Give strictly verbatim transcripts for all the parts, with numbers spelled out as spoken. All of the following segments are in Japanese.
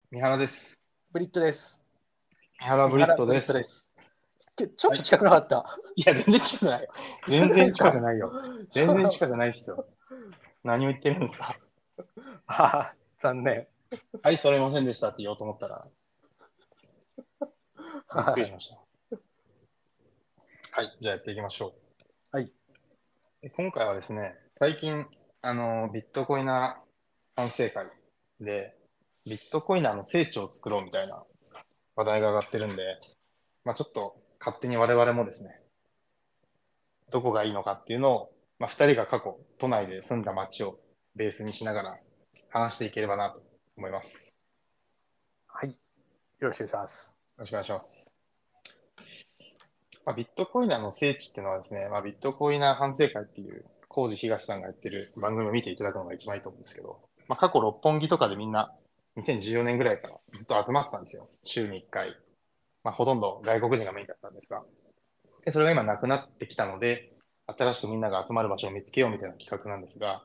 三原です。 ブリットです。 三原ブリッ三原ブトです。 リットです。ちょっはい。 と近くなかった。 いや、全然近くないよ。全然近くないですか？ 近くないよ。全然近くないっすよ。何を言ってるんですか。 ああ、残念。 はい、それませんでしたって言おうと思ったら、びっくりはい。 しました。はい、じゃあやっていきましょはい。 う。今回はですね、最近、あの、ビットコイナー反省会で、ビットコイナーの聖地を作ろうみたいな話題が上がってるんで、まあちょっと勝手に我々もですね、どこがいいのかっていうのを、まあ、ふたりが過去、都内で住んだ街をベースにしながら話していければなと思います。 はい。よろしくお願いします。 よろしくお願いします。まあ、ビットコイナーの聖地っていうのはですね、まあ、ビットコイナー反省会っていう工事東さんがやってる番組を見ていただくのが一番いいと思うんですけど、まあ、過去六本木とかでみんなにせんじゅうよねんぐらいからずっと集まってたんですよ。週にいっかい。まあ、ほとんど外国人がメインだったんですが。で、それが今なくなってきたので、新しくみんなが集まる場所を見つけようみたいな企画なんですが、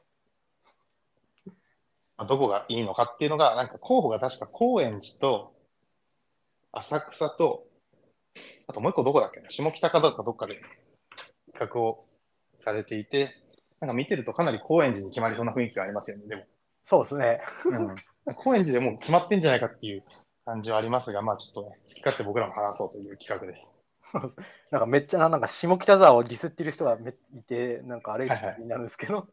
まあどこがいいのかっていうのが、なんか候補が確か高円寺と浅草と、あともう一個どこだっけな、下北かどっかどっかで企画をされていて、なんか見てるとかなり高円寺に決まりそうな雰囲気がありますよね、でも。 そうですね。 うん。高円寺でもう決まってんじゃないかっていう感じはありますが、まあちょっとね、好き勝手僕らも話そうという企画です。 なんかめっちゃな、なんか下北沢をディスってる人がめいて、なんかあれはいはい。 ちょっと気になるんですけど。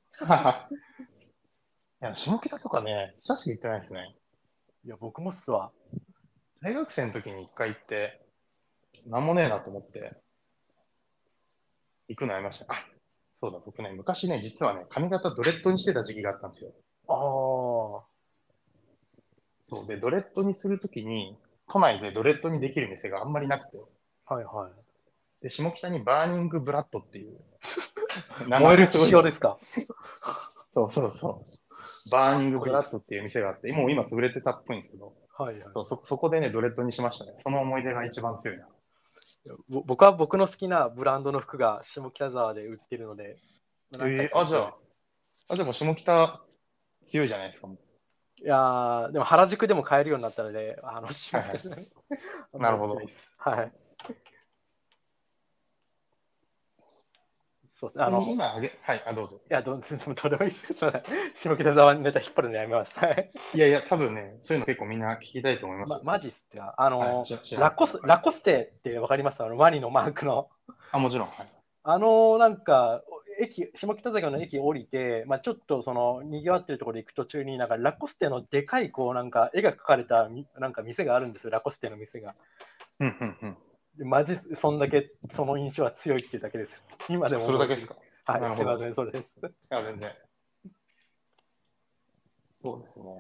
いや、下北とかね、久しく行ってないですね。 いや、僕もっすわ。 大学生の時に一回行って、なんもねえなと思って、行くのやめました。あ、そうだ、僕ね、昔ね、実はね、髪型ドレッドにしてた時期があったんですよ。 ああ、はそうで、ドレッドにするときに、都内でドレッドにできる店があんまりなくて、 いはい。 で、下北にバーニングブラッドっていう名前燃えるがすごいじゃないですか。 血潮ですか？ そうそうそう。バーニングブかっこいい。 ラッドっていう店があって、もう今潰れてたっぽいんですけど、 はいはい。 そうそ、そこでね、ドレッドにしましたね。その思い出が一番強いな。 僕は僕の好きなブランドの服が下北沢で売ってるので、何回えー、あ、じゃあ、 か行きたいです。 あ、じゃあもう下北強いじゃないですか。もういやー、でも原宿でも買えるようになったので、あの、下はいはい。 北沢にあんま行ってないでなるほど。 す。はい。そう、あの、 ちなみに今あげ、はい、あ、どうぞ。 いや、どう、どうでもいいです。すみません。下北沢にネタ引っ張るのやめます。はい。 いやいや、多分ね、そういうの結構みんな聞きたいと思いますま、 よ。 マジっすか。あはい、 の、 知知らないですか。 ラコス、ラコステってわかります？あの、ワニのマークの。 あ、もちろん。はい。 あの、なんか、駅、下北沢の駅降りて、まあ、ちょっとその、賑わってるところで行く途中に、なんか、ラコステのでかい、こう、なんか、絵が描かれた、なんか、店があるんですよ、ラコステの店が。 うんうんうん。 マジ、そんだけ、その印象は強いっていうだけです。今であ、 も覚えてる。 それだけですか。 はい、 なるほど。 すいません、それです。 いや、全然。そうですね。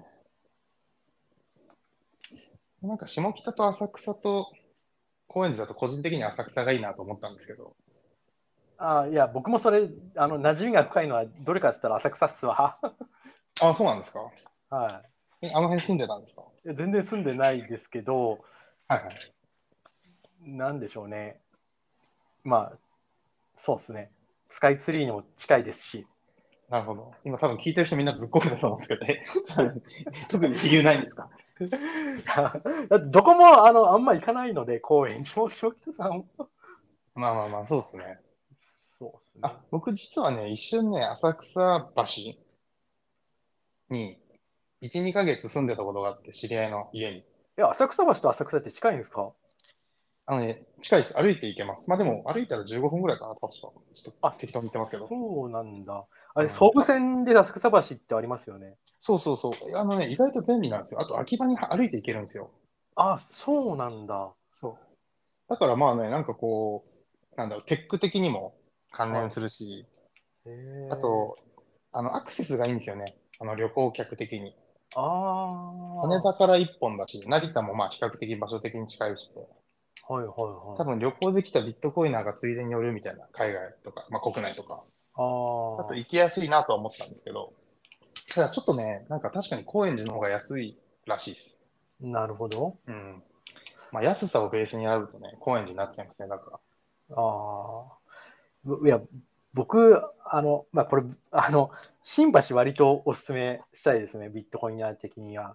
なんか下北と浅草と高円寺だと個人的には浅草がいいなと思ったんですけど。 あ、いや、僕もそれ、あの、馴染みが深いのは、どれかって言ったら浅草っすわ。 あ、そうなんですか。 はえ、あの辺住んでたんですか。 い。全然住んでないですけど、 はいはい。 なんでしょうね。まあ、そうですね。スカイツリーにも近いですし。 なるほど。今多分聞いてる人みんなずっこけたと思うんですけどね。特に理由ないんですか。 いやだってどこもあのあんま行かないので、公園上下北さんも。 まあまあまあ、そうですね。 そうですね。 あ、僕実はね、一瞬ね、浅草橋にいち、にかげつ住んでたことがあって、知り合いの家に。 いや、浅草橋と浅草って近いんですか？ あのね、近いです。歩いて行けます。まあでも、歩いたらじゅうごふんぐらいかな、確か。ちょっとあ、 適当に言ってますけど。 そうなんだ。あれ、 うん。 総武あ、 線で浅草橋ってありますよね。 そうそうそう。あのね、意外と便利なんですよ。あと、秋葉に歩いて行けるんですよ。 あ、そうなんだ。 そう。だからまあね、なんかこう、なんだろう、テック的にも関連はい。 するし、 へえ。 あと、あの、アクセスがいいんですよね。あの、旅行客的に。 あ羽あ。 田から一本だし、成田もまあ比較的場所的に近いしで、 はいはいはい。 多分旅行できたビットコイナーがついでに寄るみたいな、海外とか、まあ国内とか、 ああ。 だと行きやすいなとは思ったんですけど、ただちょっとね、なんか確かに高円寺の方が安いらしいです。 なるほど。 うん。まあ安さをベースにやるとね、高円寺になっちゃいますね、だかああ。いや、僕、あの、まあ、これ、あの、新橋割とおすすめしたいですね、ビットコインヤー的には。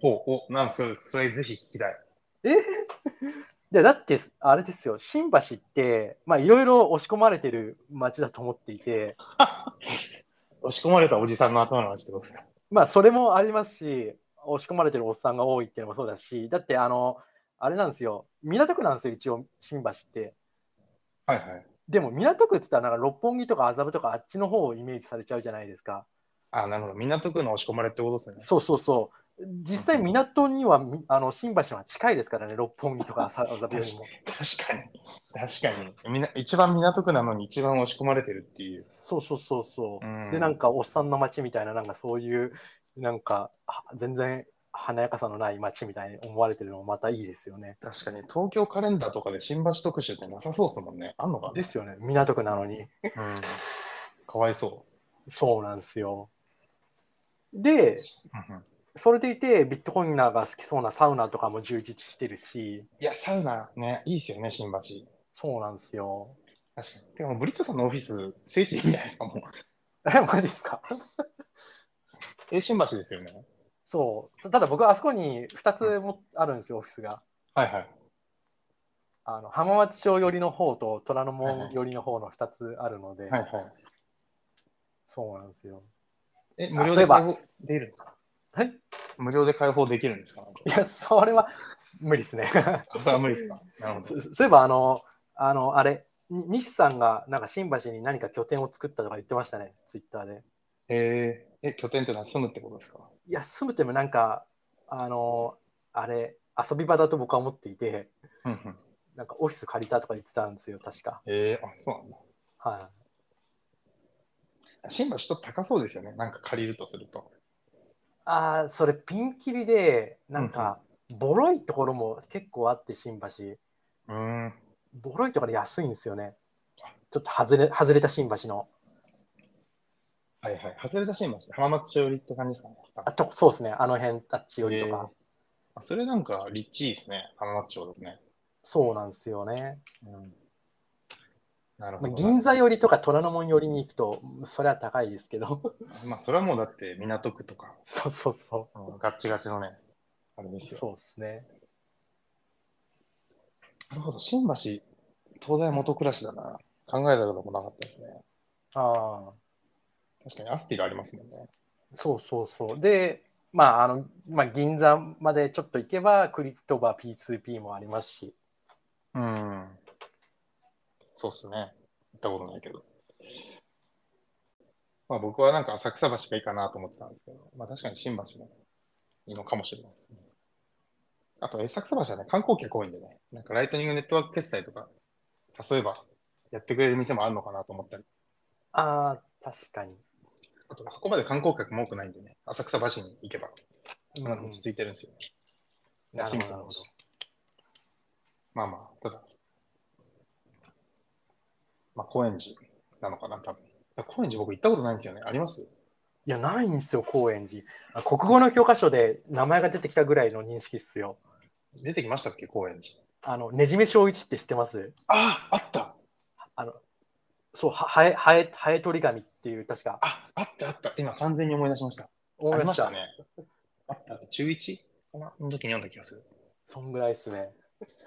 お、お、なんそれ、それぜひ聞きたい。 えでだって、あれですよ、新橋って、まあ、いろいろ押し込まれてる街だと思っていて、 押し込まれたおじさんの集まる街ってことですか？ まあ、それもありますし、押し込まれてるおっさんが多いっていうのもそうだし、だって、あの、あれなんですよ、港区なんですよ、一応、新橋って。 はいはい。 でも、港区って言ったら、なんか六本木とか麻布とかあっちの方をイメージされちゃうじゃないですか。 あ、なるほど。港区の押し込まれってことですね。 そうそうそう。実際、港にはあの新橋は近いですからね、六本木とか麻布よりも。 確かに。確かに。みな一番港区なのに一番押し込まれてるっていう。 そうそうそうそう。 うん、 で、なんか、おっさんの街みたいな、なんかそういう、なんか、全然華やかさのない街みたいに思われてるのもまたいいですよね。 確かに、東京カレンダーとかで新橋特集ってなさそうですもんね。あんのかですよね、港区なのに。 な。うん。かわいそそうなんですよ。で、 う。うんうん、 それでいて、ビットコインナーが好きそうなサウナとかも充実してるし、 いや、サウナね、いいですよね、新橋。 そうなんですよ。 確かに。でも、ブリットさんのオフィス、聖地いいんじゃないですか、もう。 え、マジですか？ え、新橋ですよね。 そう。ただ僕はあそこにふたつもあるんですよ、オフィスが。 はいはい。 あの浜松町寄りの方と虎ノはいはい。 門寄りの方のふたつあるので、 はいはい。 そうなんですよ。 え、無あ、そういえば、 料で開放できるんですか？ はい、 無料で開放できるんですか？ いや、それは無理ですね。 それは無理ですか？なるほど。 そそういえば、あの、あの、あれ、西さんがなんか新橋に何か拠点を作ったとか言ってましたね、ツイッターで。 えー、え、拠点ってのは住むってことですか？ いや、住むってもなんか、あの、あれ、遊び場だと僕は思っていて、 うんうん。 なんかオフィス借りたとか言ってたんですよ、確か。 えー、あ、そうなんだ。 はい。 新橋ちょっと高そうですよね。なんか借りるとすると。 ああ、それピンキリで、なうんんか、ボロいところも結構あって、新橋。 うん。うーん。 ボロいところで安いんですよね。ちょっと外れ外れた新橋の。 はいはい。外れた新橋って浜松町寄りって感じですかね。 あと、そうですね、あの辺、あっち寄りとか。 えー、あ、それなんか立地いいですね。浜松町だとね。 そうなんですよね。 うん。なるまあ、 ほど、なるほど。 銀座寄りとか虎ノ門寄りに行くと、それは高いですけど。 まあ、それはもうだって港区とか、 そうそうそうん、ガッチガチのね、あれでう。 すよ。 そうですね。 なるほど。新橋、東大元暮らしだな。考えたこともなかったですね。 ああ、 確かにアスティルありますもんね。 そうそうそう。で、まあ、あの、まあ、銀座までちょっと行けば、クリプトバー ピーツーピー もありますし。 うん。そうっすね。行ったことないけど。まあ僕はなんか浅草橋がいいかなと思ってたんですけど、まあ確かに新橋もいいのかもしれないですね。あと、浅草橋はね、観光客多いんでね、なんかライトニングネットワーク決済とか、誘えばやってくれる店もあるのかなと思ったり、 ああ、確かに。 あとそこまで観光客も多くないんでね、浅草橋に行けば、なんか落ちうんうん。 着いてるんですよ。安いなるほど、なるほど。 店も多いし。まあまあ、ただ、まあ高円寺なのかな、多分。高円寺僕行ったことないんですよね。あります？ いや、ないんですよ、高円寺。あ、国語の教科書で名前が出てきたぐらいの認識っすよ。 出てきましたっけ、高円寺。 あの、ねじめ正一って知ってます？ ああ、あったあの、そう、は、はえ、はえ、はえ取り紙っていう、確か、 あ、あったあった。今完全に思い出しました。あ思いました。 りましたね。あった。中 いち? かなの時に読んだ気がする。 そんぐらいですね。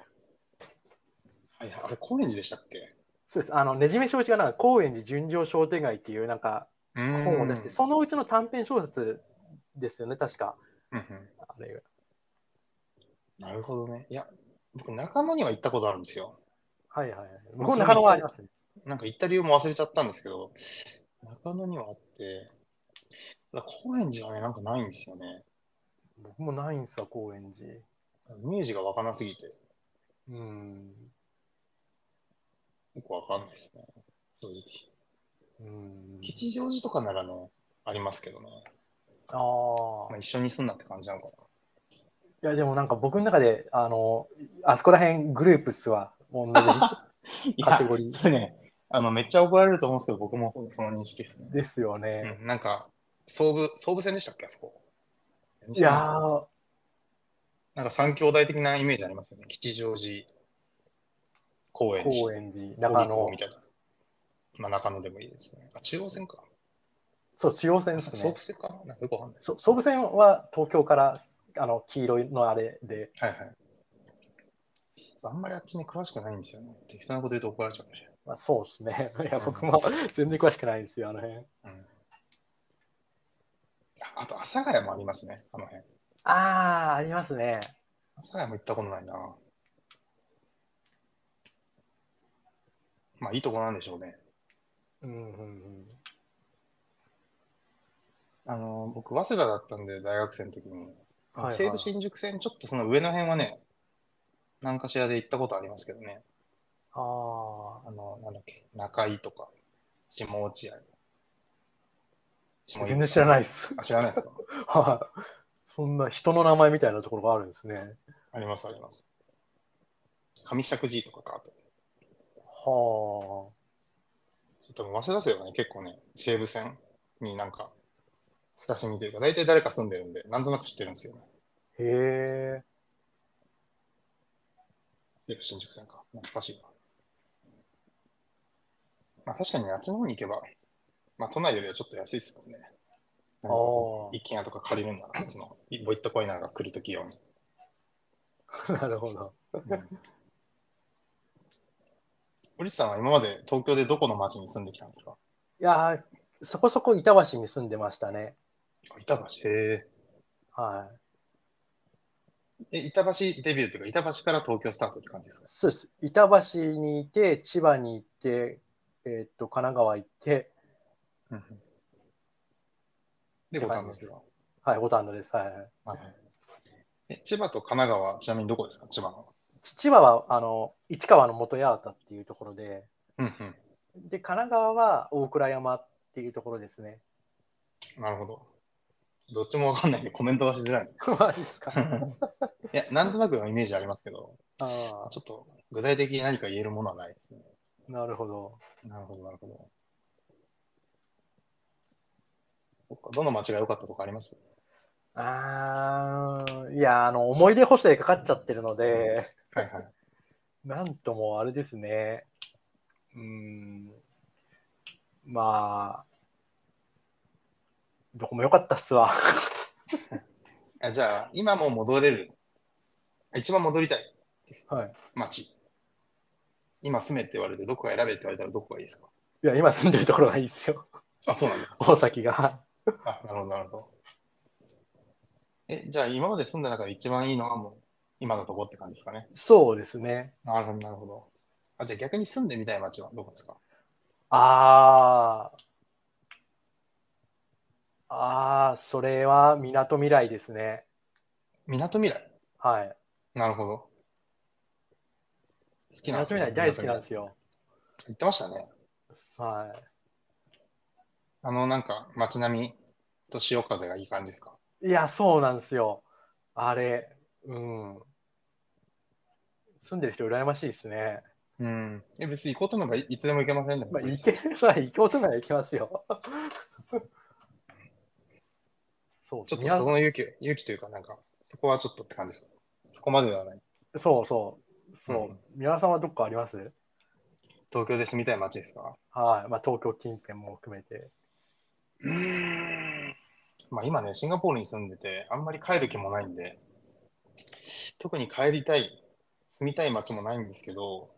はいはい。あれ、高円寺でしたっけ？ そうです。あの、ねじめ正一がなんか、高円寺純情商店街っていう、なんか、 うー本を出して、 ん。 そのうちの短編小説ですよね、確か。 うんうん。 あれなるほどね。いや、僕、中野には行ったことあるんですよ。 はいはいはい。向まあ、 こう中それも行った、 野はありますね。 なんか行った理由も忘れちゃったんですけど、中野にはあって、ただ高円寺はね、なんかないんですよね。 僕もないんすわ、高円寺。 イメージが湧かなすぎて、 うん。 よくわかんないですね。正直。 うん。 吉祥寺とかならね、ありますけどね。 あまあ、 あ。 一緒に住んだって感じなのかいや、でもなんか僕の中で、あの、あそこら辺グループっすわ。同じな。いや、 カテゴリーそれね、あの、めっちゃ怒られると思うんですけど、僕もその認識ですね。 ですよね。 うん、なんか、総武、総武線でしたっけ、あそこ。 いやー、 なんか三兄弟的なイメージありますよね。吉祥寺、高円寺、 高円寺、中荻窪み野。 たいな。まあ中野でもいいですね。あ、中央線か。 そう、中央線あ、 ですね。 総武線かななんかよくわかんないです。 そ総武線は東京からあの黄色いのあれで。 はいはい。あんまりあっちに詳しくないんですよね。適当なこと言うと怒られちゃうかもしれまあ、そうですね。いや、 ない。 僕も全然詳しくないんですよ、あの辺。 うんうん、ああと、阿佐ヶ谷もありますね、あの辺。 ああ、ありますね。 阿佐ヶ谷も行ったことないな。まあ、いいとこなんでしょうね。 うんうんうん。 あの、僕、早稲田だったんで、大学生の時に、あの西武はいはい。 新宿線、ちょっとその上の辺はね、何かしらで行ったことありますけどね。 ああの、なんだっけ、中井とか、下落合、下あ、 井全然知草とか。 らないです。 あ、知らないですか？ はい。そんな人の名前みたいなところがあるんですね。 あります、あります。上石神井とかか、あと。 はそう、多分、早稲田生はね、結構ね、西武線になんか、親しみというか、大体誰か住んでるんで、なんとなく知ってるんですよね。 あ。へえ。 西武新宿線か。懐かしいな。まあ確かにあっちの方に行けば、まあ都内よりはちょっと安いですもんね。 あ何かあ。 一軒家とか借りるんなら、その、ボイットコイナーが来るとき用に。 なるほど。 うん。堀内さんは今まで東京でどこの町に住んできたんですか？ いやー、そこそこ板橋に住んでましたね。 あ、板橋。へはい。 え。え、板橋デビューというか、板橋から東京スタートって感じですか？ そうです。板橋にいて、千葉に行って、えーっと、神奈川行ってうんうん。で、 って五感じです。 反田ですか？ はい、五反田です。はいはい。 はいはい。え、千葉と神奈川、ちなみにどこですか？千葉の。 千葉は、あの、市川の元八幡っていうところで、 うんうん。 で、神奈川は大倉山っていうところですね。 なるほど。どっちもわかんないんでコメントがしづらい。 マジですか。 いや、なんとなくのイメージありますけど、 あちょっと具体的に何か言えるものはないですね。 あ、なるほど。 なるほど、なるほど。そっか、どの街が良かったとかあります？ ああ、いや、あの、思い出補正かかっちゃってるので、 はいはい。 なんともあれですね。うーん、まあ、どこも良かったっすわ。 あ、じゃあ、今も戻れる。一番戻りたいです。 はい。 街。今住めって言われて、どこが選べって言われたらどこがいいですか？ いや、今住んでるところがいいですよ。 あ、そうなんだ。 大崎が。 あ、なるほど、なるほど。え、じゃあ、今まで住んだ中で一番いいのはもう、今のとこって感じですかね。 そうですね。 なるほど、なるほど。あ、じゃあ逆に住んでみたい街はどこですか？ ああ、ああ、それはみなとみらいですね。 みなとみらい。 はい。 なるほど。好きみなとなんですね、 みらい大好みなとみらい。 きなんですよ。 言ってましたね。 はあの、なんか、街並みと潮風がいい感じですか？ い。いや、そうなんですよ。あれ、うん。住んでる人羨ましいですね。 うん。え、別に行こうと思えばい、いつでも行けませんね、 まあ、 堀内さん。 行ければ行こうとなら行きますよ。そうです。 ちょっとみな、 その勇気、勇気というか、なんか、そこはちょっとって感じです。そこまでではない。 そうそう。 うんうん。 そう。皆さんはどっかあります？ 東京で住みたい街ですか？ はい。まあ、東京近辺も含めて。 うーん。まあ今ね、シンガポールに住んでて、あんまり帰る気もないんで、特に帰りたい、住みたい街もないんですけど、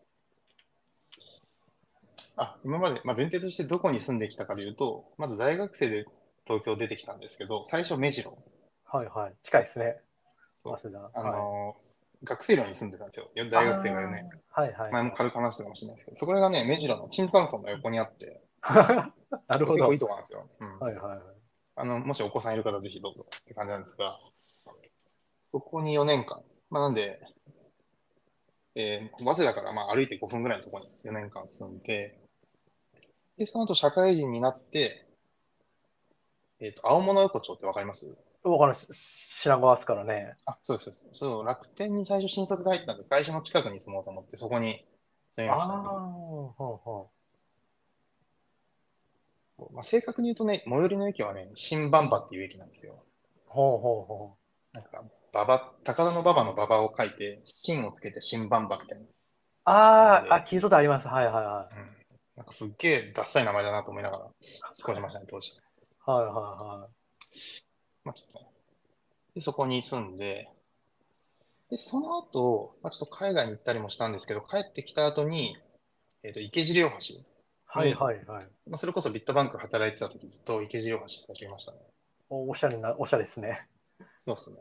あ、今まで、まあ、前提としてどこに住んできたかでいうと、まず大学生で東京出てきたんですけど、最初目白。 はいはい。近いですね。早そう。 稲田。 あはい。 のー学生寮に住んでたんですよ。よあ大学生がよねん。 あ、はいはい前もはい。 軽く話したかもしれないですけど、そこがね、目白の椿山荘の横にあって、 なるほど。 結構いいとこなんですよ。うん。 はいはいはい。 あの、もしお子さんいる方、ぜひどうぞって感じなんですが、そこによねんかん。まあ、なんで、えー、早稲田からまあ歩いてごふんぐらいのところによねんかん住んで、で、その後社会人になって、えっと、青物横丁ってわかります？ わかります。品川ですからね。 あ、そうです、そうです。そう、楽天に最初新卒で入ったんで、会社の近くに住もうと思って、そこに住みああ、 ましたね。 ほうほそうまあ、正確に言うとね、最寄りの駅はね、新馬場っていう駅なんですよ。 う。ほうほうほう。 なんか、馬場、高田の馬場の馬場を書いて、新をつけて新馬場みたいな感じああ、あ、 で、 聞いたことあります。はいはいはい。 うん。なんかすっげえダッサい名前だなと思いながら、引っ越しましたね、当時。 はいはいはい。 まあちょっとね、 で、そこに住んで、で、その後、まあ、ちょっと海外に行ったりもしたんですけど、帰ってきた後に、えっと、池尻大橋はいに、 はいはい。 まあ、それこそビットバンク働いてた時ずっと池尻大橋走りましたね。 お、おしゃれな、おしゃれですね。 そうですね。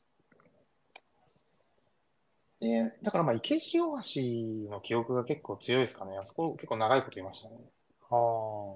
で、だからまあ池尻大橋の記憶が結構強いですかね。あそこ結構長いこといましたね。 は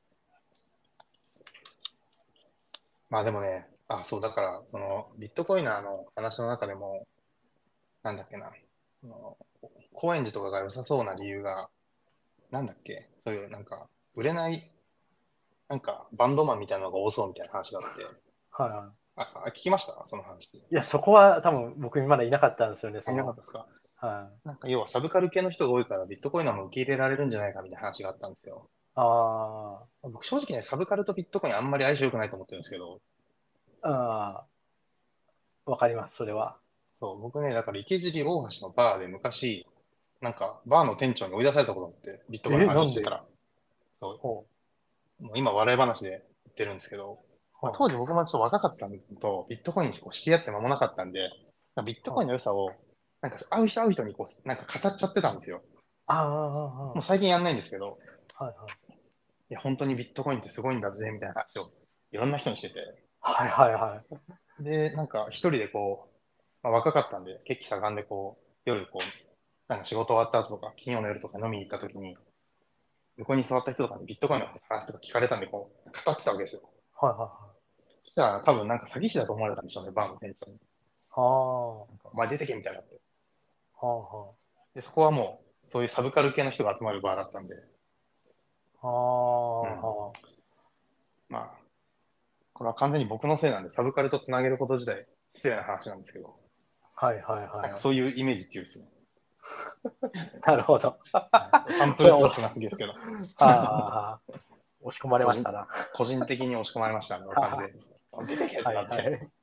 まあでもね、あ、そう、だから、その、ビットコイナーの話の中でも、なんだっけな、その高円寺とかが良さそうな理由が、なんだっけ、そういうなんか、売れない、なんか、バンドマンみたいなのが多そうみたいな話があって、 あ、はいはあ、あ聞きましたその話。 い。いや、そこは多分僕まだいなかったんですよね、 あ、いなかっその、 たですか？ はい。 なんか、要はサブカル系の人が多いから、ビットコイナーも受け入れられるんじゃないかみたいな話があったんですよ。 あ僕、正直ね、サブカルとビットコインあんまり相性良くないと思ってるんですけど、 あ、ああ、わかります、それは。 そう、僕ね、だから池尻大橋のバーで昔、なんか、バーの店長に追い出されたことがあって、ビットコインのえ、なんで？ 話してたら、そほう、もう今笑い話で言ってるんですけど、 う、 まあ、 は当時僕もちょっと若かったのと、ビットコインにこう知り合って間もなかったんで、ビットあ、はコインの良さを、なんか会う人会う人にこう、なんか語っちゃってたんですよ。 あ、ああ、ああ、 もう最近やんないんですけど、 はいはい。 いや、本当にビットコインってすごいんだぜ、みたいな話をいろんな人にしてて、 はいはいはい。 で、なんか一人でこう、まあ、若かったんで、血気盛んでこう、夜こう、なんか仕事終わった後とか、金曜の夜とか飲みに行った時に、横に座った人とかにビットコインの話とか聞かれたんで、こう、語ってたわけですよ。 はいはそしたら多分なんか詐欺師だと思われたんでしょうね、バーの店長に。 いはい。 なんかお前出てけみたいになって。 ああ、はで、そこはもう、そういうサブカル系の人が集まるバーだったんで、 あ、はうん。 あ、はまあ、これは完全に僕のせいなんで、サブカルとつなげること自体、失礼な話なんですけど、 あ、はいはいなんかはそういうイメージ強いですね。 い。なるほど。 サンプそれお、 ル数少なすぎですけど、 ああ、押し込まれ個人、 ましたな。 個人的に押し込まれましたんで、お金で。出てけってはいはなって。 い。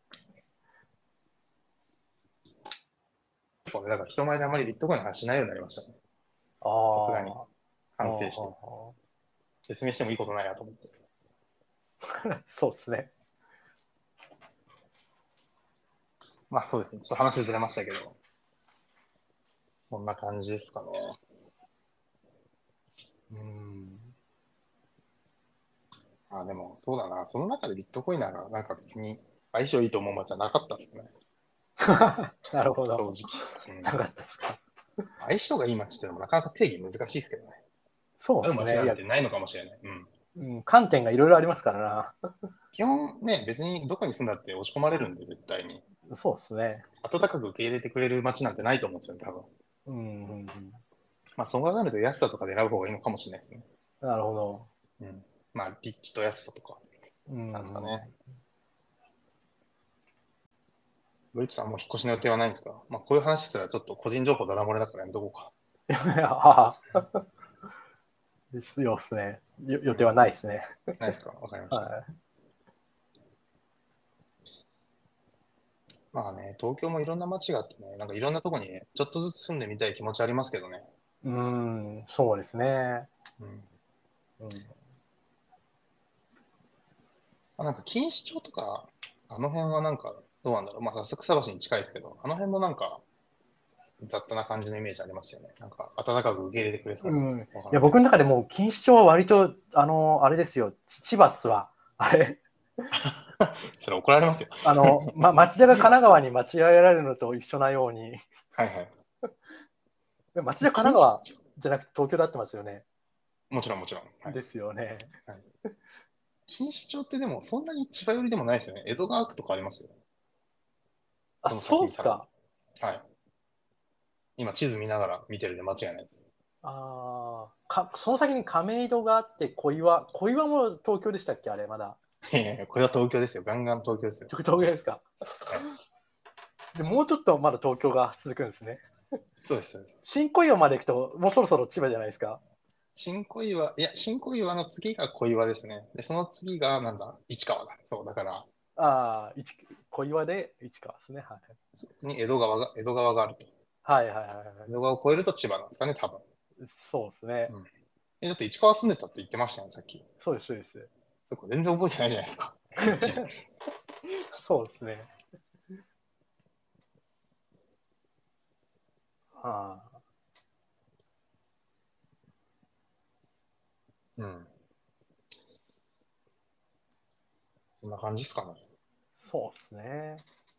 結構ね、だから人前であまりビットコインの話しないようになりましたね。 あさすがに。 あ、 反省して。 は説明してもいいことないなと思って。 あ、そうですね。 まあそうですね。ちょっと話ずれましたけど、こんな感じですかね。 うん。 あ、でも、そうだな。その中でビットコインなら、なんか別に相性いいと思う街はなかったっすね。 なるほど。 正直。うん。 なかったですか。 相性がいい街ってのもなかなか定義難しいですけどね。合うそうですね。いや、 街なんてないのかもしれない。うん。 うん、観点がいろいろありますから基本ね、別にどこに住んだって押し込まれるんで、絶対に。 な。そうですね。 温かく受け入れてくれる街なんてないと思うんですよね、多分。 うん、うん、 まあ、そう考えると安さとかで選ぶ方がいいのかもしれないですね。 うん。なるほど。 うん。まあ、立地と安さとか、 うん、 なんですかうん。 ね。ブリッジさんもう引っ越しの予定はないんですか？まあ、こういう話すらちょっと個人情報ダダ漏れだからやめとこうか。 いや、ああ、必要ですね。よ予定はうん。 ないですね。 ないですか？わかりました。 はまあね、東京もいろんな街があってね、なんかいろんなとこにね、ちょっとずつ住んでみたい気持ちありますけどね。 い。うん、そうですね。 うん。 うん、 まあ、なんか錦糸町とか、あの辺はなんか、どうなんだろう。まあ、浅草橋に近いですけど、あの辺もなんか、雑多な感じのイメージありますよね。なんか、温かく受け入れてくれそうな。 うん。いや、 わかんない。 僕の中でもう錦糸町は割と、あの、あれですよ。千葉っすわ。あれ、 それ怒られますよ。 あの、ま、町田が神奈川に間違えられるのと一緒なように、 はいはい。 町田神奈川錦糸町、 じゃなくて東京で合ってますよね。 もちろんもちろん。はい。 ですよね。 はい、錦糸町ってでもそんなに千葉寄りでもないですよね。江戸川区とかありますよ。 あ、 その先にさらに。 そうっすか。 はい。今地図見ながら見てるで間違いないです。 ああ、か、その先に亀戸があって、小岩。小岩も東京でしたっけあれ、まだ。 いやいやこれは東京ですよ。ガンガン東京ですよ。 東京ですか。 はい。 で、もうちょっとまだ東京が続くんですね。 そうです、そうです。 新小岩まで行くと、もうそろそろ千葉じゃないですか。 新小岩、いや、新小岩の次が小岩ですね。で、その次が、なんだ、市川だ。そう、だから、 ああ、市小岩で市川ですね。はい。 そこに江戸川が、江戸川があると。 はいはいはいはい。 江戸川を越えると千葉なんですかね、多分。 そうですね。 うん。え、だって市川住んでたって言ってましたよね、さっき。 そうです、そうです。 そこ全然覚えてないじゃないですか。こっち。 そうですね。 あうん。そんな感じですかね。 そうですね。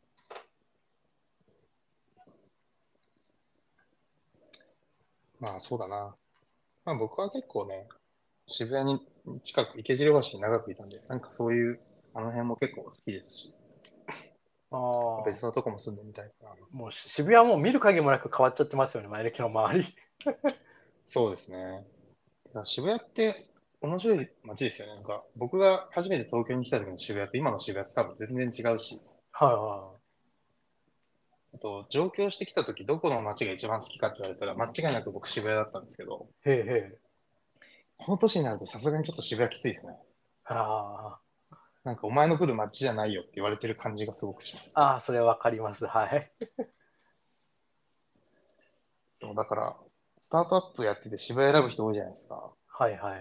まあそうだな。まあ僕は結構ね、渋谷に近く、池尻橋に長くいたんで、なんかそういう、あの辺も結構好きですし、 ああ、 別のとこも住んでみたいかな。 もう渋谷も見る影もなく変わっちゃってますよね、前の木の周り。 そうですね。いや渋谷って面白い街ですよね。なんか僕が初めて東京に来た時の渋谷と今の渋谷って多分全然違うし、 はいはあと上京してきた時どこの街が一番好きかって言われたら間違いなく僕渋谷だったんですけど、 い。へえへえ。 この年になるとさすがにちょっと渋谷きついですね。 あなんかお前の来る街じゃないよって言われてる感じがすごくします。 あ、ああ、それはわかります。はい。 そうだから、スタートアップやってて渋谷選ぶ人多いじゃないですか。 はいはいはい。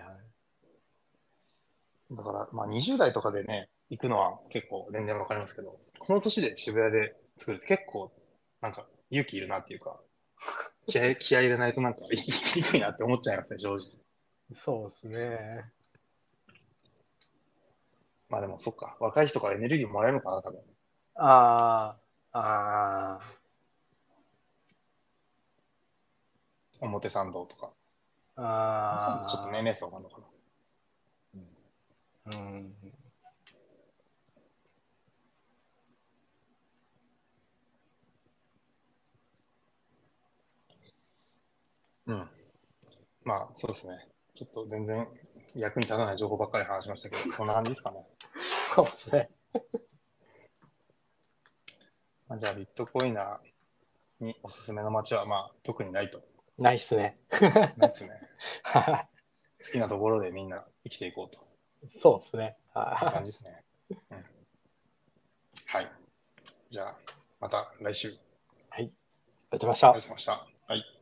だから、まあにじゅう代とかでね、行くのは結構全然わかりますけど、この年で渋谷で作るって結構、なんか勇気いるなっていうか、気合い、気合い入れないとなんか生きにくいなって思っちゃいますね、正直。 そうですね。 まあでもそっか、若い人からエネルギーもらえるのかな、多分。 ああ、あ表参道とか。表参道ちょっと年あ、あ齢層があるのかな。 あ、うん。 うん。まあそうですね。ちょっと全然役に立たない情報ばっかり話しましたけど、こんな感じですかね。 そうですね。 まあ、じゃあビットコイナーにおすすめの街はまあ特にないと。 ないっすね。 ないっすね。好きなところでみんな生きていこうとそうですね。 いう感はじですね。うん。はい。じゃあ、また来週。ありい。ありがとうございました。 がとうございました。はい。